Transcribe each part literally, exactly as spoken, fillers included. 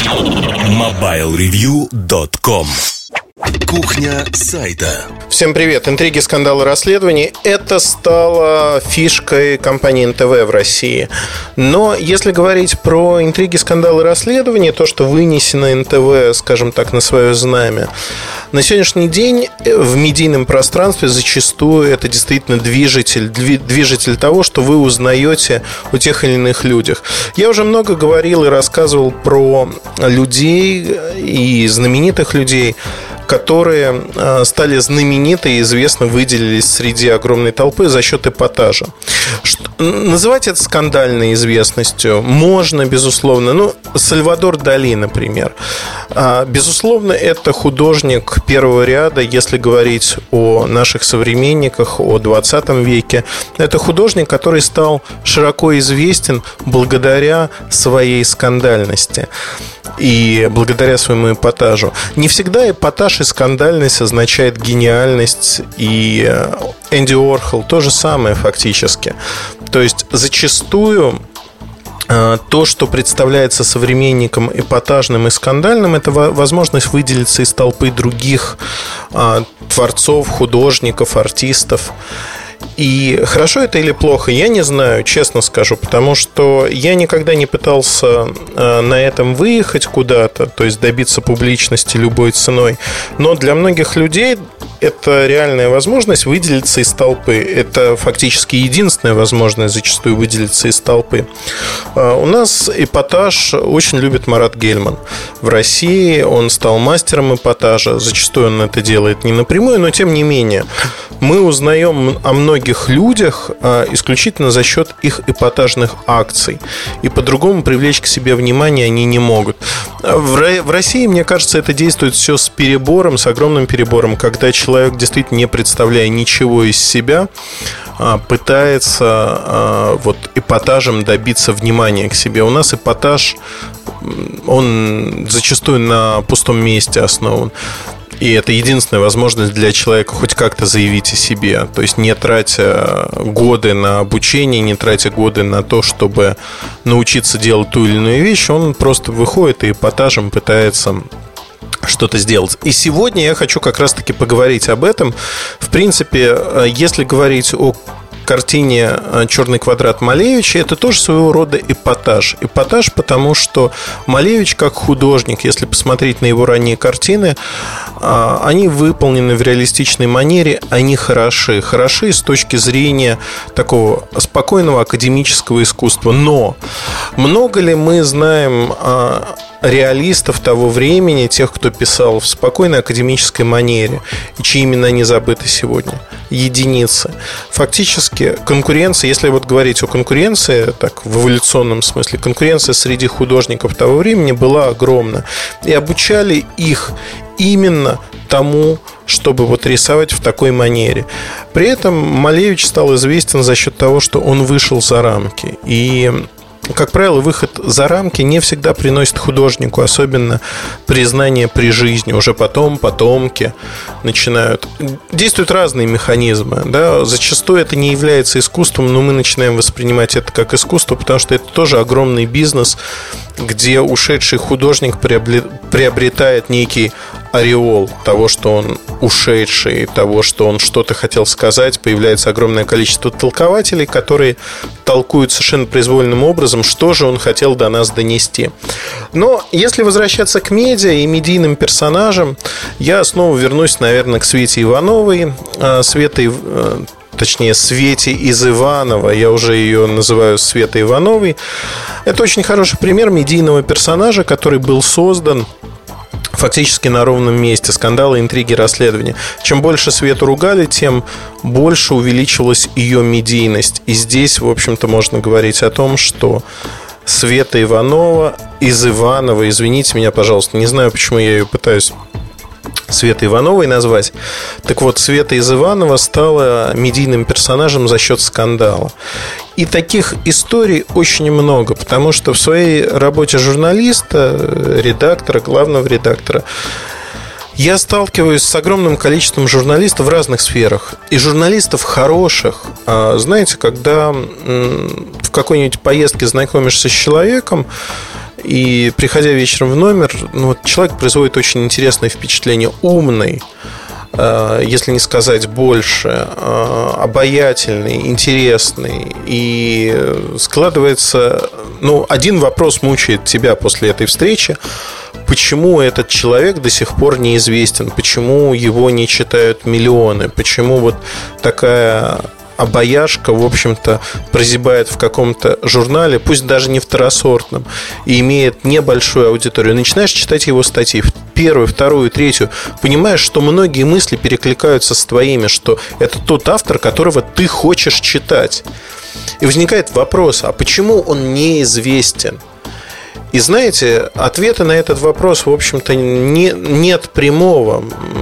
мобайл ревью точка ком. Кухня сайта. Всем привет. Интриги, скандалы, расследования – это стало фишкой компании эн тэ вэ в России. Но если говорить про интриги, скандалы, расследования, то, что вынесено эн тэ вэ, скажем так, на свое знамя, на сегодняшний день в медийном пространстве зачастую это действительно движитель, движитель того, что вы узнаете о тех или иных людях. Я уже много говорил и рассказывал про людей и знаменитых людей, которые стали знамениты и известно выделились среди огромной толпы за счет эпатажа. Называть это скандальной известностью можно, безусловно. Ну, Сальвадор Дали, например. Безусловно, это художник первого ряда, если говорить о наших современниках, о двадцатом веке. Это художник, который стал широко известен благодаря своей скандальности и благодаря своему эпатажу. Не всегда эпатаж и скандальность означает гениальность, и Энди Уорхол то же самое фактически. То есть зачастую то, что представляется современникам эпатажным и скандальным, это возможность выделиться из толпы других творцов, художников, артистов. И хорошо это или плохо, я не знаю, честно скажу, потому что я никогда не пытался на этом выехать куда-то, то есть добиться публичности любой ценой. Но для многих людей это реальная возможность выделиться из толпы. Это фактически единственная возможность зачастую выделиться из толпы. У нас эпатаж очень любит Марат Гельман. В России он стал мастером эпатажа. Зачастую он это делает не напрямую, но тем не менее мы узнаем о многих людях исключительно за счет их эпатажных акций. И по-другому привлечь к себе внимание они не могут. В России, мне кажется, это действует все с перебором, с огромным перебором, когда человек, действительно не представляя ничего из себя, пытается вот эпатажем добиться внимания к себе. У нас эпатаж, он зачастую на пустом месте основан. И это единственная возможность для человека хоть как-то заявить о себе. То есть не тратя годы на обучение, не тратя годы на то, чтобы научиться делать ту или иную вещь, он просто выходит и эпатажем пытается что-то сделать. И сегодня я хочу как раз-таки поговорить об этом. В принципе, если говорить о картине «Черный квадрат» Малевича, это тоже своего рода эпатаж. Эпатаж, потому что Малевич как художник, если посмотреть на его ранние картины, они выполнены в реалистичной манере, они хороши. Хороши с точки зрения такого спокойного академического искусства. Но много ли мы знаем реалистов того времени, тех, кто писал в спокойной академической манере, и чьи имена не забыты сегодня? Единицы. Фактически конкуренция, если вот говорить о конкуренции, так в эволюционном смысле, конкуренция среди художников того времени была огромна. И обучали их именно тому, чтобы вот рисовать в такой манере. При этом Малевич стал известен за счет того, что он вышел за рамки. И как правило, выход за рамки не всегда приносит художнику особенно признание при жизни. Уже потом потомки начинают. Действуют разные механизмы, да? Зачастую это не является искусством, но мы начинаем воспринимать это как искусство, потому что это тоже огромный бизнес, где ушедший художник приобретает некий ореол того, что он ушедший, того, что он что-то хотел сказать. Появляется огромное количество толкователей, которые толкуют совершенно произвольным образом, что же он хотел до нас донести. Но если возвращаться к медиа и медийным персонажам, я снова вернусь, наверное, к Свете Ивановой. Света, точнее, Свете из Иванова. Я уже ее называю Светой Ивановой. Это очень хороший пример медийного персонажа, который был создан фактически на ровном месте. Скандалы, интриги, расследования. Чем больше Свету ругали, тем больше увеличилась ее медийность. И здесь, в общем-то, можно говорить о том, что Света Иванова из Иванова, извините меня, пожалуйста, не знаю, почему я ее пытаюсь Светой Ивановой назвать. Так вот, Света из Иванова стала медийным персонажем за счет скандала. И таких историй очень много, потому что в своей работе журналиста, редактора, главного редактора, я сталкиваюсь с огромным количеством журналистов в разных сферах. И журналистов хороших. Знаете, когда в какой-нибудь поездке знакомишься с человеком, И приходя вечером в номер, ну, вот человек производит очень интересное впечатление. Умный, если не сказать больше, обаятельный, интересный. И складывается, ну, один вопрос мучает тебя после этой встречи: почему этот человек до сих пор неизвестен, почему его не читают миллионы, почему вот такая обаяшка, в общем-то, прозябает в каком-то журнале, пусть даже не второсортном, и имеет небольшую аудиторию. Начинаешь читать его статьи, первую, вторую, третью, понимаешь, что многие мысли перекликаются с твоими, что это тот автор, которого ты хочешь читать. И возникает вопрос: а почему он неизвестен? И знаете, ответа на этот вопрос, в общем-то, не, нет прямого.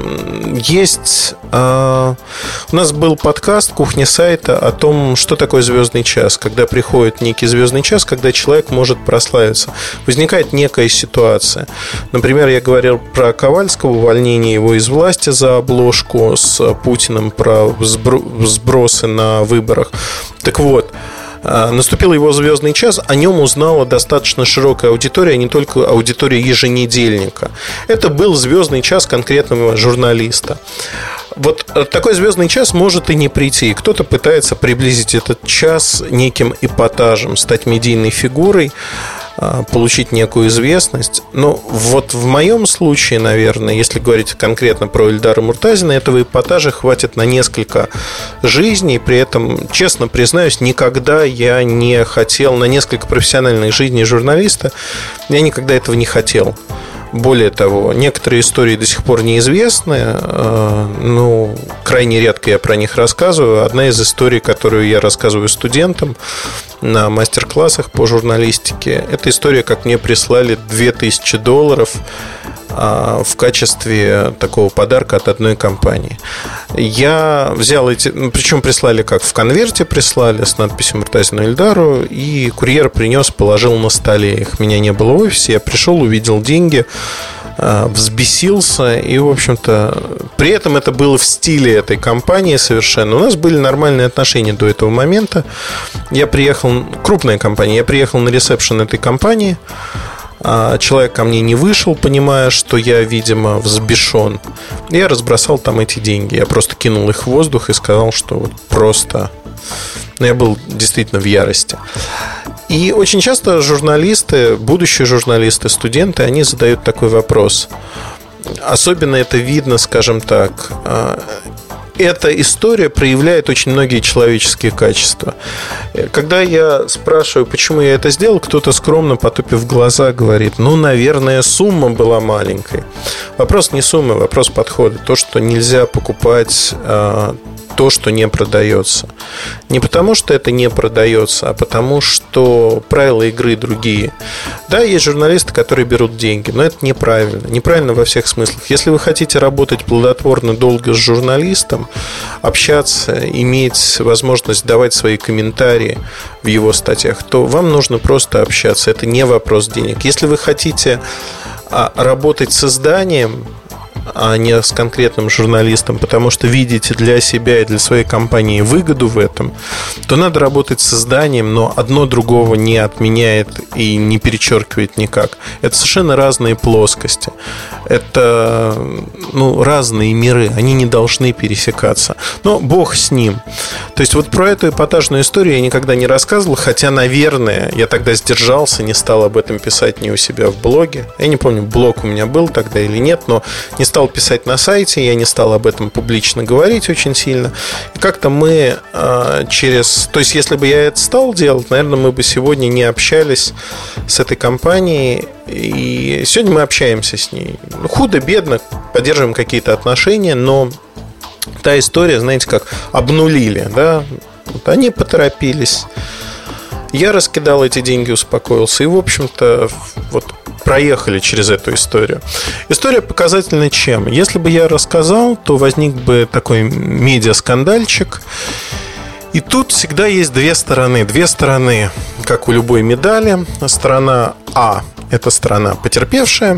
Есть... Э, у нас был подкаст «Кухня сайта» о том, что такое звездный час. Когда приходит некий звездный час, когда человек может прославиться. Возникает некая ситуация. Например, я говорил про Ковальского, увольнение его из власти за обложку с Путиным, про сбросы на выборах. Так вот, наступил его звездный час, о нем узнала достаточно широкая аудитория, не только аудитория еженедельника. Это был звездный час конкретного журналиста. Вот такой звездный час может и не прийти. Кто-то пытается приблизить этот час неким эпатажем, стать медийной фигурой, получить некую известность. Но вот в моем случае, наверное, если говорить конкретно про Ильдара Муртазина, этого эпатажа хватит на несколько жизней. При этом, честно признаюсь, никогда я не хотел на несколько профессиональных жизней журналиста. Я никогда этого не хотел. Более того, некоторые истории до сих пор неизвестны. Ну, крайне редко я про них рассказываю. Одна из историй, которую я рассказываю студентам на мастер-классах по журналистике, это история, как мне прислали две тысячи долларов в качестве такого подарка от одной компании. Я взял эти, причем прислали как в конверте, прислали с надписью Муртазину Ильдару, и курьер принес, положил на столе их. Меня не было в офисе, я пришел, увидел деньги, взбесился. И, в общем-то, при этом это было в стиле этой компании совершенно. У нас были нормальные отношения до этого момента. Я приехал, крупная компания, я приехал на ресепшн этой компании. Человек ко мне не вышел, понимая, что я, видимо, взбешен. Я разбросал там эти деньги. Я просто кинул их в воздух и сказал, что вот просто... Ну, я был действительно в ярости. И очень часто журналисты, будущие журналисты, студенты, они задают такой вопрос. Особенно это видно, скажем так... Эта история проявляет очень многие человеческие качества. Когда я спрашиваю, почему я это сделал, кто-то скромно, потупив глаза, говорит: ну, наверное, сумма была маленькой. Вопрос не суммы, вопрос подхода. То, что нельзя покупать то, что не продается. Не потому, что это не продается, а потому, что правила игры другие. Да, есть журналисты, которые берут деньги, но это неправильно. Неправильно во всех смыслах. Если вы хотите работать плодотворно, долго с журналистом, общаться, иметь возможность давать свои комментарии в его статьях, то вам нужно просто общаться. Это не вопрос денег. Если вы хотите работать с изданием, а не с конкретным журналистом, потому что видите для себя и для своей компании выгоду в этом, то надо работать с изданием, но одно другого не отменяет и не перечеркивает никак. Это совершенно разные плоскости. Это, ну, разные миры, они не должны пересекаться. Но бог с ним. То есть вот про эту эпатажную историю я никогда не рассказывал, хотя, наверное, я тогда сдержался, не стал об этом писать ни у себя в блоге. Я не помню, блог у меня был тогда или нет, но не стал писать на сайте, я не стал об этом публично говорить очень сильно. И как-то мы э, через... То есть, если бы я это стал делать, наверное, мы бы сегодня не общались с этой компанией. И сегодня мы общаемся с ней. Ну, худо-бедно, поддерживаем какие-то отношения, но та история, знаете, как обнулили, да? Вот они поторопились. Я раскидал эти деньги, успокоился. И, в общем-то, вот проехали через эту историю. История показательна чем? Если бы я рассказал, то возник бы такой медиаскандальчик. И тут всегда есть две стороны. Две стороны, как у любой медали. Сторона А – это сторона потерпевшая.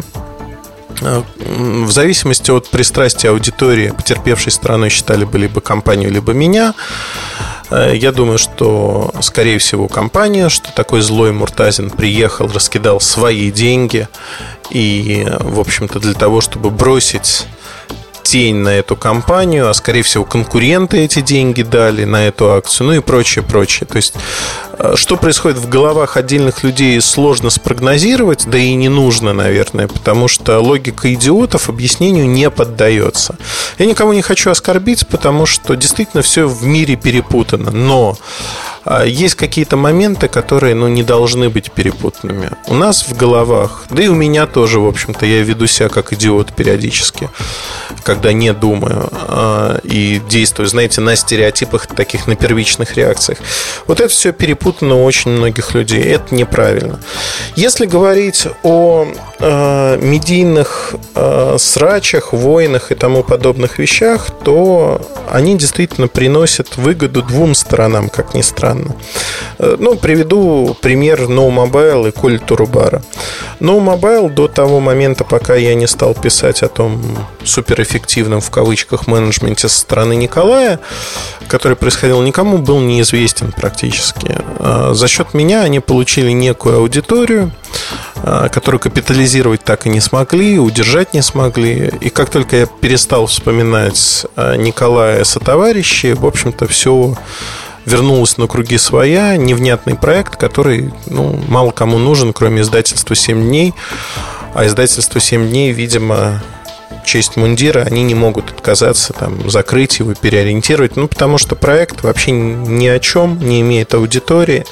В зависимости от пристрастия аудитории, потерпевшей стороной считали бы либо компанию, либо меня. Я думаю, что, скорее всего, компания, что такой злой Муртазин приехал, раскидал свои деньги. И, в общем-то, для того, чтобы бросить тень на эту компанию, а скорее всего конкуренты эти деньги дали на эту акцию, ну и прочее, прочее. То есть, что происходит в головах отдельных людей, сложно спрогнозировать, да и не нужно, наверное, потому что логика идиотов объяснению не поддается. Я никого не хочу оскорбить, потому что действительно все в мире перепутано, но есть какие-то моменты, которые, ну, не должны быть перепутанными. У нас в головах, да и у меня тоже, в общем-то, я веду себя как идиот периодически, когда не думаю и действую, знаете, на стереотипах, таких, на первичных реакциях. Вот это все перепутано у очень многих людей. Это неправильно. Если говорить о э, медийных э, срачах, войнах и тому подобных вещах, то они действительно приносят выгоду двум сторонам, как ни странно. Ну, приведу пример No Mobile и Коли Турубара. No Mobile до того момента, пока я не стал писать о том суперэффективном, в кавычках, менеджменте со стороны Николая, который происходил, никому был неизвестен практически. За счет меня они получили некую аудиторию, которую капитализировать так и не смогли, удержать не смогли. И как только я перестал вспоминать Николая сотоварищей, в общем-то, все вернулась на круги своя, невнятный проект, который, ну, мало кому нужен, кроме издательства «семь дней». А издательство «семь дней», видимо, честь мундира, они не могут отказаться, там, закрыть его, переориентировать. Ну, потому что проект вообще ни о чем, не имеет аудитории.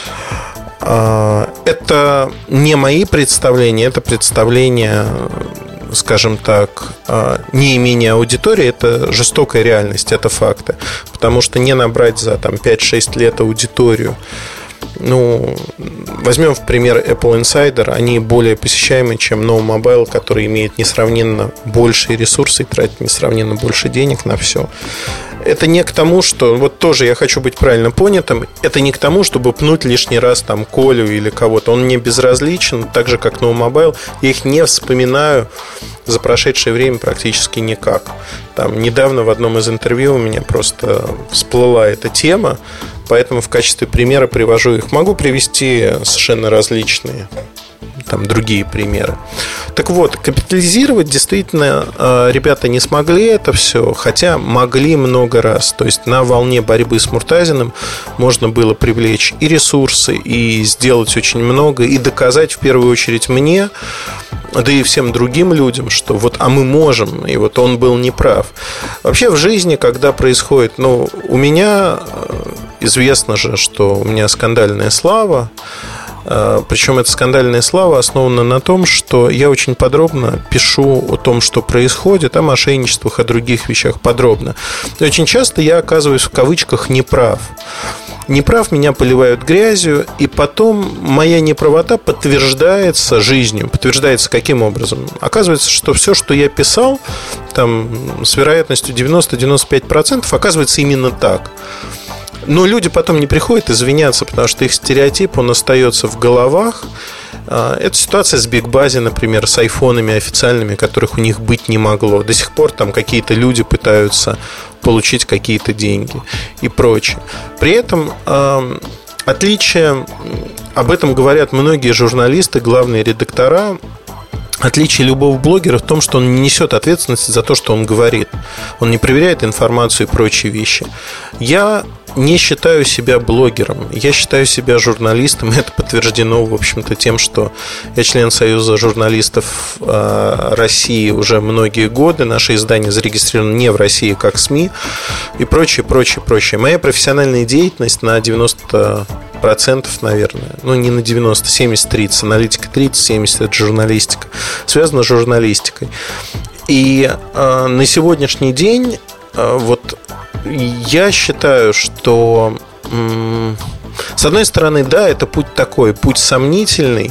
Это не мои представления, это представления, скажем так, неимение аудитории. Это жестокая реальность, это факты. Потому что не набрать за там, пять-шесть лет аудиторию. Ну, возьмем в пример Apple Insider. Они более посещаемы, чем No Mobile, который имеет несравненно большие ресурсы и тратит несравненно больше денег на все. Это не к тому, что... Вот тоже я хочу быть правильно понятым. Это не к тому, чтобы пнуть лишний раз там Колю или кого-то. Он мне безразличен, так же, как No Mobile. Я их не вспоминаю за прошедшее время практически никак. Там недавно в одном из интервью у меня просто всплыла эта тема, поэтому в качестве примера привожу их. Могу привести совершенно различные там другие примеры. Так вот, капитализировать действительно ребята не смогли это все, хотя могли много раз. То есть на волне борьбы с Муртазиным можно было привлечь и ресурсы, и сделать очень много, и доказать в первую очередь мне, да и всем другим людям, что вот, а мы можем, и вот он был неправ. Вообще в жизни, когда происходит, ну, у меня известно же, что у меня скандальная слава. Причем эта скандальная слава основана на том, что я очень подробно пишу о том, что происходит, о мошенничествах, о других вещах подробно. И очень часто я оказываюсь в кавычках неправ. Неправ, меня поливают грязью, и потом моя неправота подтверждается жизнью. Подтверждается каким образом? Оказывается, что все, что я писал, там, с вероятностью девяносто-девяносто пять процентов, оказывается именно так. Но люди потом не приходят извиняться, потому что их стереотип, он остается в головах. Это ситуация с Big Buzzy, например, с айфонами официальными, которых у них быть не могло. До сих пор там какие-то люди пытаются получить какие-то деньги и прочее. При этом э, отличие, об этом говорят многие журналисты, главные редактора. Отличие любого блогера в том, что он не несет ответственности за то, что он говорит. Он не проверяет информацию и прочие вещи. Я не считаю себя блогером. Я считаю себя журналистом. Это подтверждено, в общем-то, тем, что я член Союза журналистов России уже многие годы. Наше издание зарегистрировано не в России, как СМИ. И прочее, прочее, прочее. Моя профессиональная деятельность на девяносто процентов, наверное, ну не на девяносто, семьдесят тридцать, аналитика тридцать, семьдесят это журналистика, связана с журналистикой. И э, на сегодняшний день э, вот я считаю, что э, с одной стороны, да, это путь такой, путь сомнительный,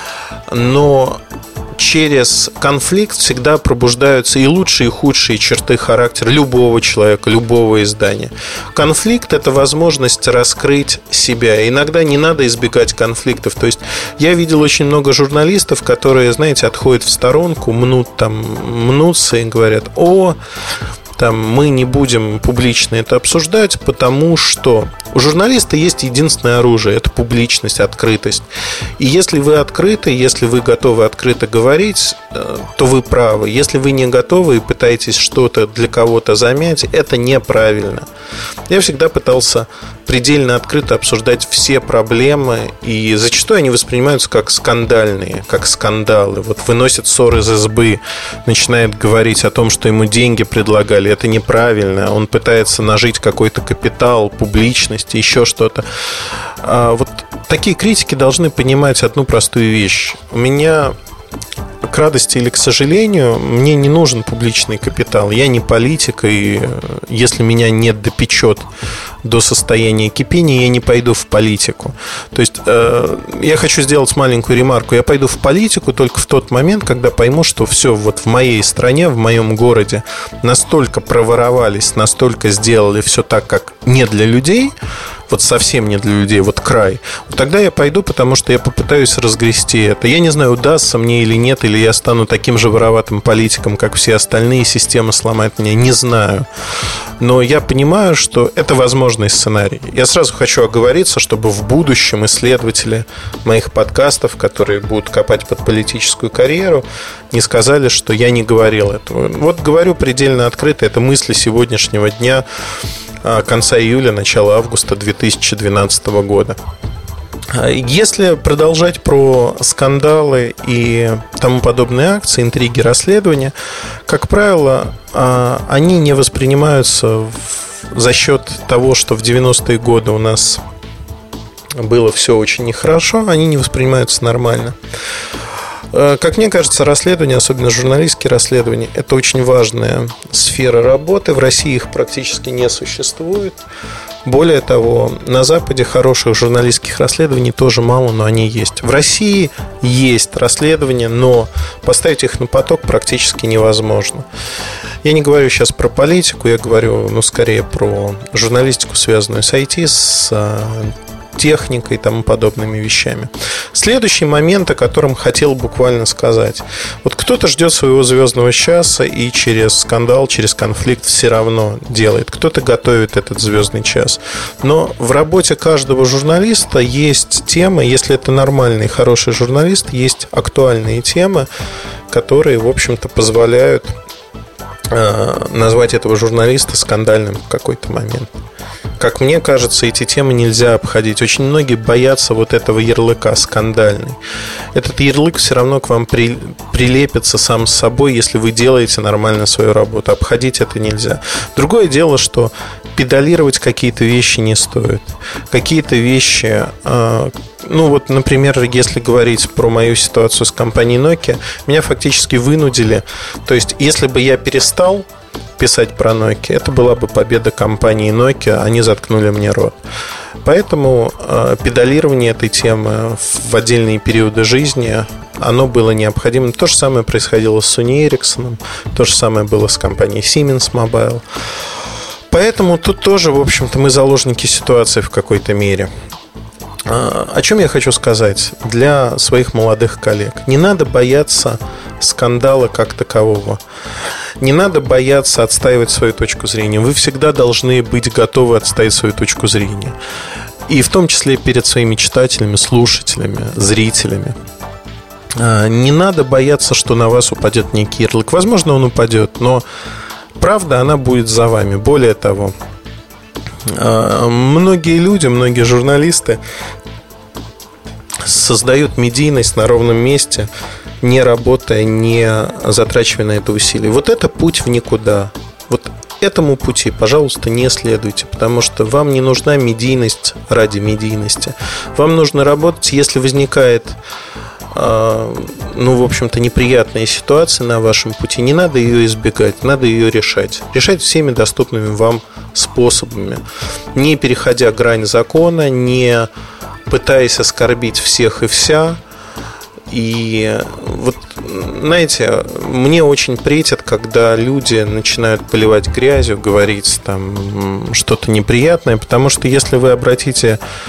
но через конфликт всегда пробуждаются и лучшие, и худшие черты характера любого человека, любого издания. Конфликт – это возможность раскрыть себя. Иногда не надо избегать конфликтов. То есть я видел очень много журналистов, которые, знаете, отходят в сторонку, мнут там, мнутся и говорят: о, там, мы не будем публично это обсуждать, потому что у журналиста есть единственное оружие – это публичность, открытость. И если вы открыты, если вы готовы открыто говорить, то вы правы. Если вы не готовы и пытаетесь что-то для кого-то замять, это неправильно. Я всегда пытался предельно открыто обсуждать все проблемы, и зачастую они воспринимаются как скандальные, как скандалы. Вот выносит ссор из избы, начинает говорить о том, что ему деньги предлагали. Это неправильно. Он пытается нажить какой-то капитал, публичность, еще что-то. А вот такие критики должны понимать одну простую вещь. У меня, к радости или к сожалению, мне не нужен публичный капитал. Я не политик, и если меня не допечет до состояния кипения, я не пойду в политику. То есть э, я хочу сделать маленькую ремарку. Я пойду в политику только в тот момент, когда пойму, что все вот в моей стране, в моем городе настолько проворовались, настолько сделали все так, как не для людей, вот совсем не для людей, вот край. Вот тогда я пойду, потому что я попытаюсь разгрести это. Я не знаю, удастся мне или нет, или я стану таким же вороватым политиком, как все остальные, система сломает меня, не знаю. Но я понимаю, что это возможный сценарий. Я сразу хочу оговориться, чтобы в будущем исследователи моих подкастов, которые будут копать под политическую карьеру, не сказали, что я не говорил этого. Вот говорю предельно открыто, это мысли сегодняшнего дня, конца июля, начала августа две тысячи двенадцатого года. Если продолжать про скандалы и тому подобные акции, интриги, расследования, как правило, они не воспринимаются за счет того, что в девяностые годы у нас было все очень нехорошо, они не воспринимаются нормально. Как мне кажется, расследования, особенно журналистские расследования, это очень важная сфера работы. В России их практически не существует. Более того, на Западе хороших журналистских расследований тоже мало, но они есть. В России есть расследования, но поставить их на поток практически невозможно. Я не говорю сейчас про политику, я говорю, ну, скорее про журналистику, связанную с ай ти, с техникой и тому подобными вещами. Следующий момент, о котором хотел буквально сказать. Вот кто-то ждет своего звездного часа и через скандал, через конфликт все равно делает. Кто-то готовит этот звездный час. Но в работе каждого журналиста есть темы, если это нормальный, хороший журналист, есть актуальные темы, которые, в общем-то, позволяют э, назвать этого журналиста скандальным в какой-то момент. Как мне кажется, эти темы нельзя обходить. Очень многие боятся вот этого ярлыка скандальный. Этот ярлык все равно к вам при, прилепится сам с собой, если вы делаете нормально свою работу. Обходить это нельзя. Другое дело, что педалировать какие-то вещи не стоит. Какие-то вещи, ну вот, например, если говорить про мою ситуацию с компанией Nokia, меня фактически вынудили. То есть, если бы я перестал писать про Nokia, это была бы победа компании Nokia, они заткнули мне рот. Поэтому э, педалирование этой темы в отдельные периоды жизни, оно было необходимо. То же самое происходило с Sony Ericsson, то же самое было с компанией Siemens Mobile. Поэтому тут тоже, в общем-то, мы заложники ситуации в какой-то мере. О чем я хочу сказать для своих молодых коллег? Не надо бояться скандала как такового. Не надо бояться отстаивать свою точку зрения. Вы всегда должны быть готовы отстаивать свою точку зрения. И в том числе перед своими читателями, слушателями, зрителями. Не надо бояться, что на вас упадет некий ярлык. Возможно, он упадет, но правда, она будет за вами. Более того, многие люди, многие журналисты создают медийность на ровном месте, не работая, не затрачивая на это усилия. Вот это путь в никуда. Вот этому пути, пожалуйста, не следуйте, потому что вам не нужна медийность ради медийности. Вам нужно работать, если возникает, ну, в общем-то, неприятная ситуация на вашем пути, не надо ее избегать, надо ее решать. Решать всеми доступными вам способами, не переходя грань закона, не пытаясь оскорбить всех и вся. И вот, знаете, мне очень претит, когда люди начинают поливать грязью, говорить там что-то неприятное, потому что если вы обратите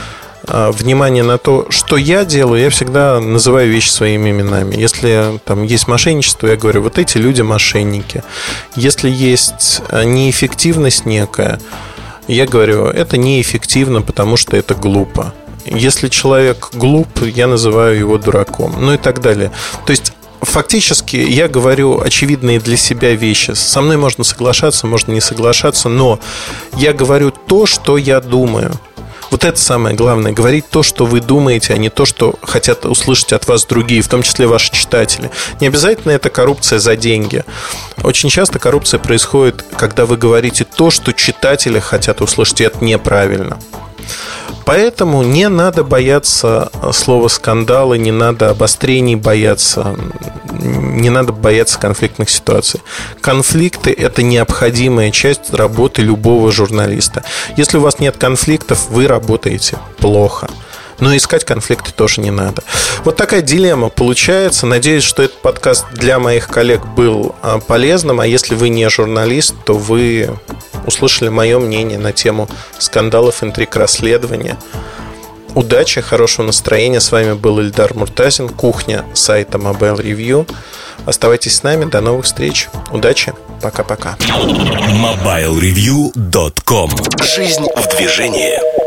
внимание на то, что я делаю, я всегда называю вещи своими именами. Если там есть мошенничество, я говорю, вот эти люди мошенники. Если есть неэффективность некая, я говорю, это неэффективно, потому что это глупо. Если человек глуп, я называю его дураком. Ну и так далее. То есть фактически я говорю очевидные для себя вещи. Со мной можно соглашаться, можно не соглашаться, но я говорю то, что я думаю. Вот это самое главное. Говорить то, что вы думаете, а не то, что хотят услышать от вас другие, в том числе ваши читатели. Не обязательно это коррупция за деньги. Очень часто коррупция происходит, когда вы говорите то, что читатели хотят услышать, и это неправильно. Поэтому не надо бояться слова скандалы, не надо обострений бояться, не надо бояться конфликтных ситуаций. Конфликты – это необходимая часть работы любого журналиста. Если у вас нет конфликтов, вы работаете плохо. Но искать конфликты тоже не надо. Вот такая дилемма получается. Надеюсь, что этот подкаст для моих коллег был полезным. А если вы не журналист, то вы услышали мое мнение на тему скандалов, интриг, расследования. Удачи, хорошего настроения. С вами был Ильдар Муртазин, кухня сайта Mobile Review. Оставайтесь с нами. До новых встреч. Удачи. Пока-пока. мобайл ревью точка ком. Жизнь в движении.